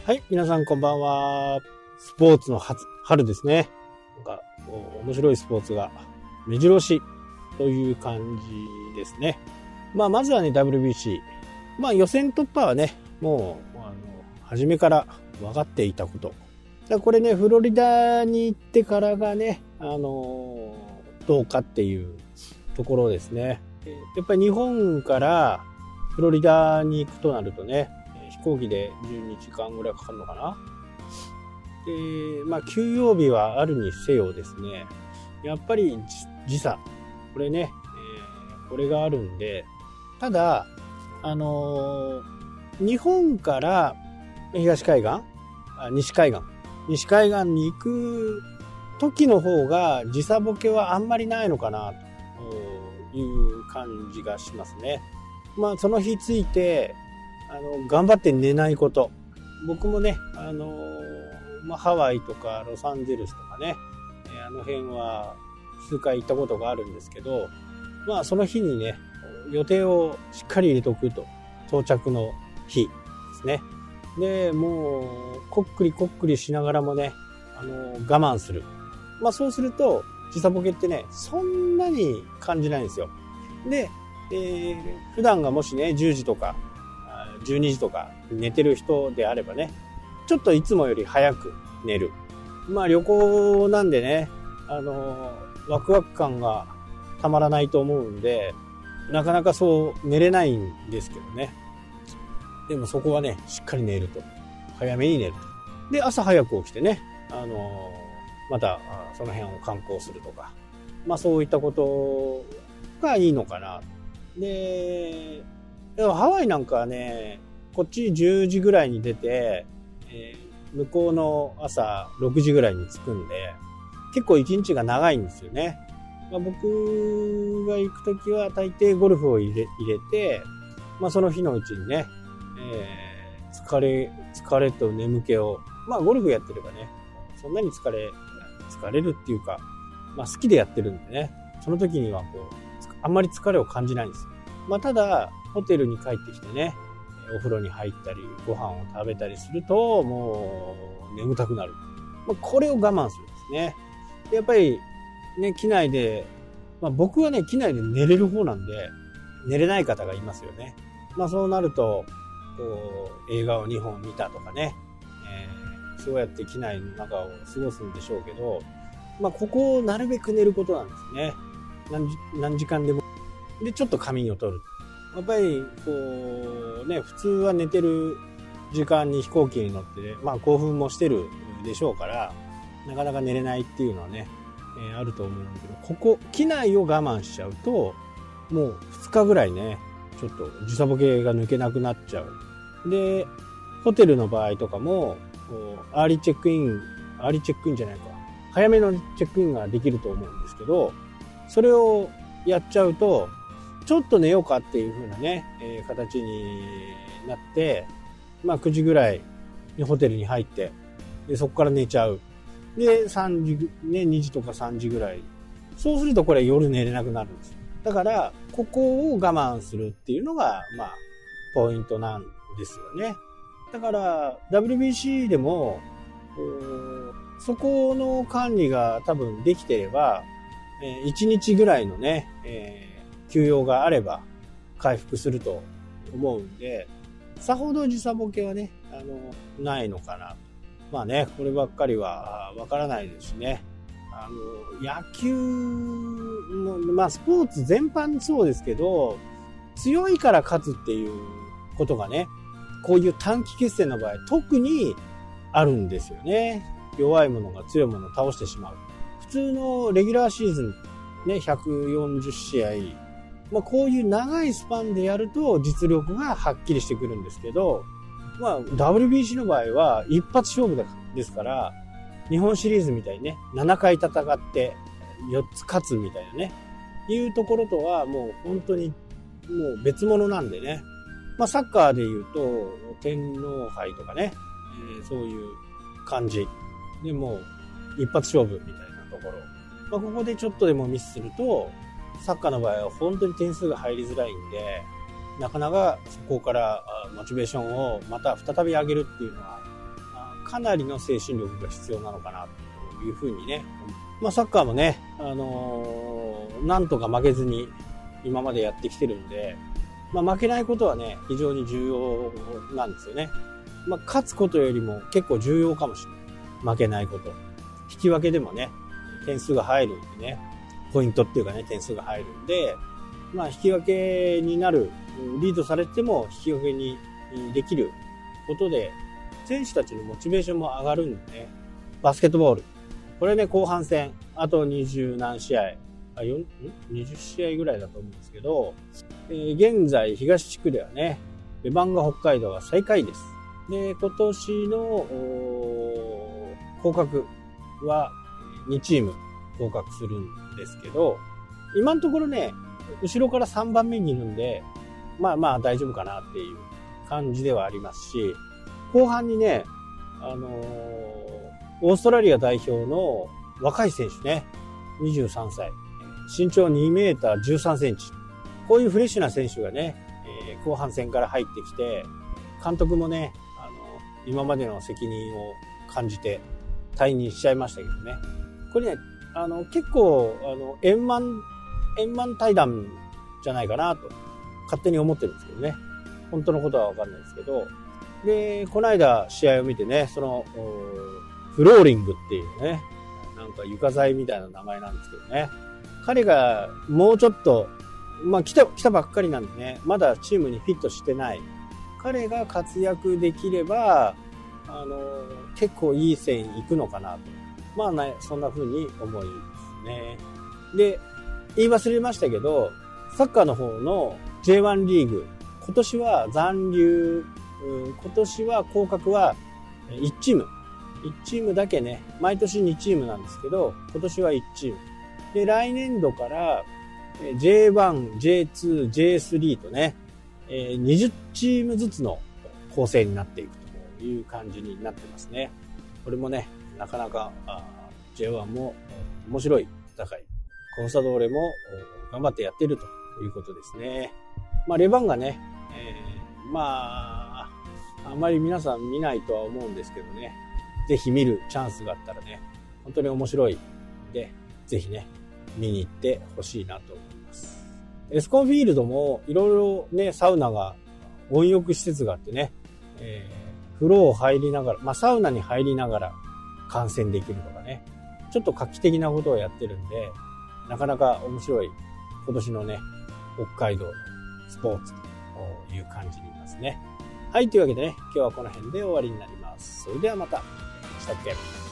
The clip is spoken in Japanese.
はい、皆さんこんばんは。スポーツの春ですね。なんか面白いスポーツが目白押しという感じですね。まずはね WBC。予選突破はね、もう初めから分かっていたこと。これね、フロリダに行ってからがね、どうかっていうところですね。やっぱり日本からフロリダに行くとなるとね、飛行機で12時間ぐらいかかるのかな。で、休養日はあるにせよですね、やっぱり時差、これね、これがあるんで、ただ、日本から西海岸に行く時の方が時差ボケはあんまりないのかなという感じがしますね。その日ついて頑張って寝ないこと。僕もね、ハワイとかロサンゼルスとかね、あの辺は数回行ったことがあるんですけど、その日にね、予定をしっかり入れておくと、到着の日ですね。で、もうこっくりしながらもね、我慢する。そうすると時差ボケってね、そんなに感じないんですよ。で、普段がもしね、10時とか12時とか寝てる人であればね、ちょっといつもより早く寝る。旅行なんでね、ワクワク感がたまらないと思うんで、なかなかそう寝れないんですけどね。でもそこはね、しっかり寝ると。早めに寝ると。で、朝早く起きてね、またその辺を観光するとか。そういったことがいいのかな。で、ハワイなんかはね、こっち10時ぐらいに出て、向こうの朝6時ぐらいに着くんで、結構一日が長いんですよね。僕が行くときは大抵ゴルフを入れて、その日のうちにね、疲れと眠気を、ゴルフやってればね、そんなに疲れるっていうか、好きでやってるんでね、その時にはあんまり疲れを感じないんですよ。ただ、ホテルに帰ってきてね、お風呂に入ったり、ご飯を食べたりすると、もう眠たくなる。これを我慢するんですね。でやっぱり、ね、機内で、僕はね、機内で寝れる方なんで、寝れない方がいますよね。そうなると、映画を2本見たとかね、そうやって機内の中を過ごすんでしょうけど、ここをなるべく寝ることなんですね。何時間でも。で、ちょっと仮眠を取る。やっぱり、普通は寝てる時間に飛行機に乗って、興奮もしてるでしょうから、なかなか寝れないっていうのはね、あると思うんだけど、機内を我慢しちゃうと、もう2日ぐらいね、ちょっと時差ボケが抜けなくなっちゃう。で、ホテルの場合とかも、アーリーチェックインじゃないか。早めのチェックインができると思うんですけど、それをやっちゃうと、ちょっと寝ようかっていう風なね、形になって、9時ぐらいにホテルに入って、でそこから寝ちゃう。で、2時とか3時ぐらい。そうするとこれ夜寝れなくなるんですよ。だから、ここを我慢するっていうのが、ポイントなんですよね。だから、WBC でも、そこの管理が多分できてれば、1日ぐらいのね、休養があれば回復すると思うんで、さほど時差ボケはね、ないのかな。こればっかりはわからないですしね。野球も、スポーツ全般そうですけど、強いから勝つっていうことがね、こういう短期決戦の場合、特にあるんですよね。弱い者が強い者を倒してしまう。普通のレギュラーシーズン、ね、140試合、こういう長いスパンでやると実力がはっきりしてくるんですけど、WBC の場合は一発勝負ですから、日本シリーズみたいにね、7回戦って4つ勝つみたいなね、いうところとはもう本当にもう別物なんでね。サッカーで言うと天皇杯とかね、そういう感じでもう一発勝負みたいなところ。ここでちょっとでもミスすると、サッカーの場合は本当に点数が入りづらいんで、なかなかそこからモチベーションをまた再び上げるっていうのはかなりの精神力が必要なのかなというふうにね。サッカーもね、なんとか負けずに今までやってきてるんで、負けないことはね、非常に重要なんですよね。勝つことよりも結構重要かもしれない。負けないこと。引き分けでもね、点数が入るんでね、ポイントっていうかね、点数が入るんで、引き分けになる、リードされても引き分けにできることで、選手たちのモチベーションも上がるんでね。バスケットボール。これね、後半戦、あと20何試合、20試合ぐらいだと思うんですけど、現在東地区ではね、レバンガ北海道は最下位です。で、今年の降格は2チーム降格するんですけど、今のところね、後ろから3番目にいるんで、大丈夫かなっていう感じではありますし、後半にね、オーストラリア代表の若い選手ね、23歳、身長2メーター13センチ。こういうフレッシュな選手がね、後半戦から入ってきて、監督もね、今までの責任を感じて退任しちゃいましたけどね。これね、結構、円満対談じゃないかなと、勝手に思ってるんですけどね。本当のことはわかんないですけど。で、この間試合を見てね、フローリングっていうね、なんか床材みたいな名前なんですけどね。彼がもうちょっと、来たばっかりなんでね、まだチームにフィットしてない。彼が活躍できれば、結構いい線いくのかなと。そんな風に思いますね。で、言い忘れましたけど、サッカーの方の J1 リーグ、今年は残留、今年は降格は1チームだけね、毎年2チームなんですけど、今年は1チーム。で、来年度から J1、J2、J3 とね、20チームずつの構成になっていくという感じになってますね。これもね、なかなか J1 も面白い戦い。コンサドーレも頑張ってやってるということですね。レバンがね、あまり皆さん見ないとは思うんですけどね、ぜひ見るチャンスがあったらね、本当に面白いんで、ぜひね、見に行ってほしいなと思います。エスコンフィールドもいろいろね、サウナが、温浴施設があってね、風呂を入りながら、サウナに入りながら観戦できるとかね、ちょっと画期的なことをやってるんで、なかなか面白い今年のね、北海道のスポーツという感じにいますね。はい、というわけでね、今日はこの辺で終わりになります。それではまた。したっけ。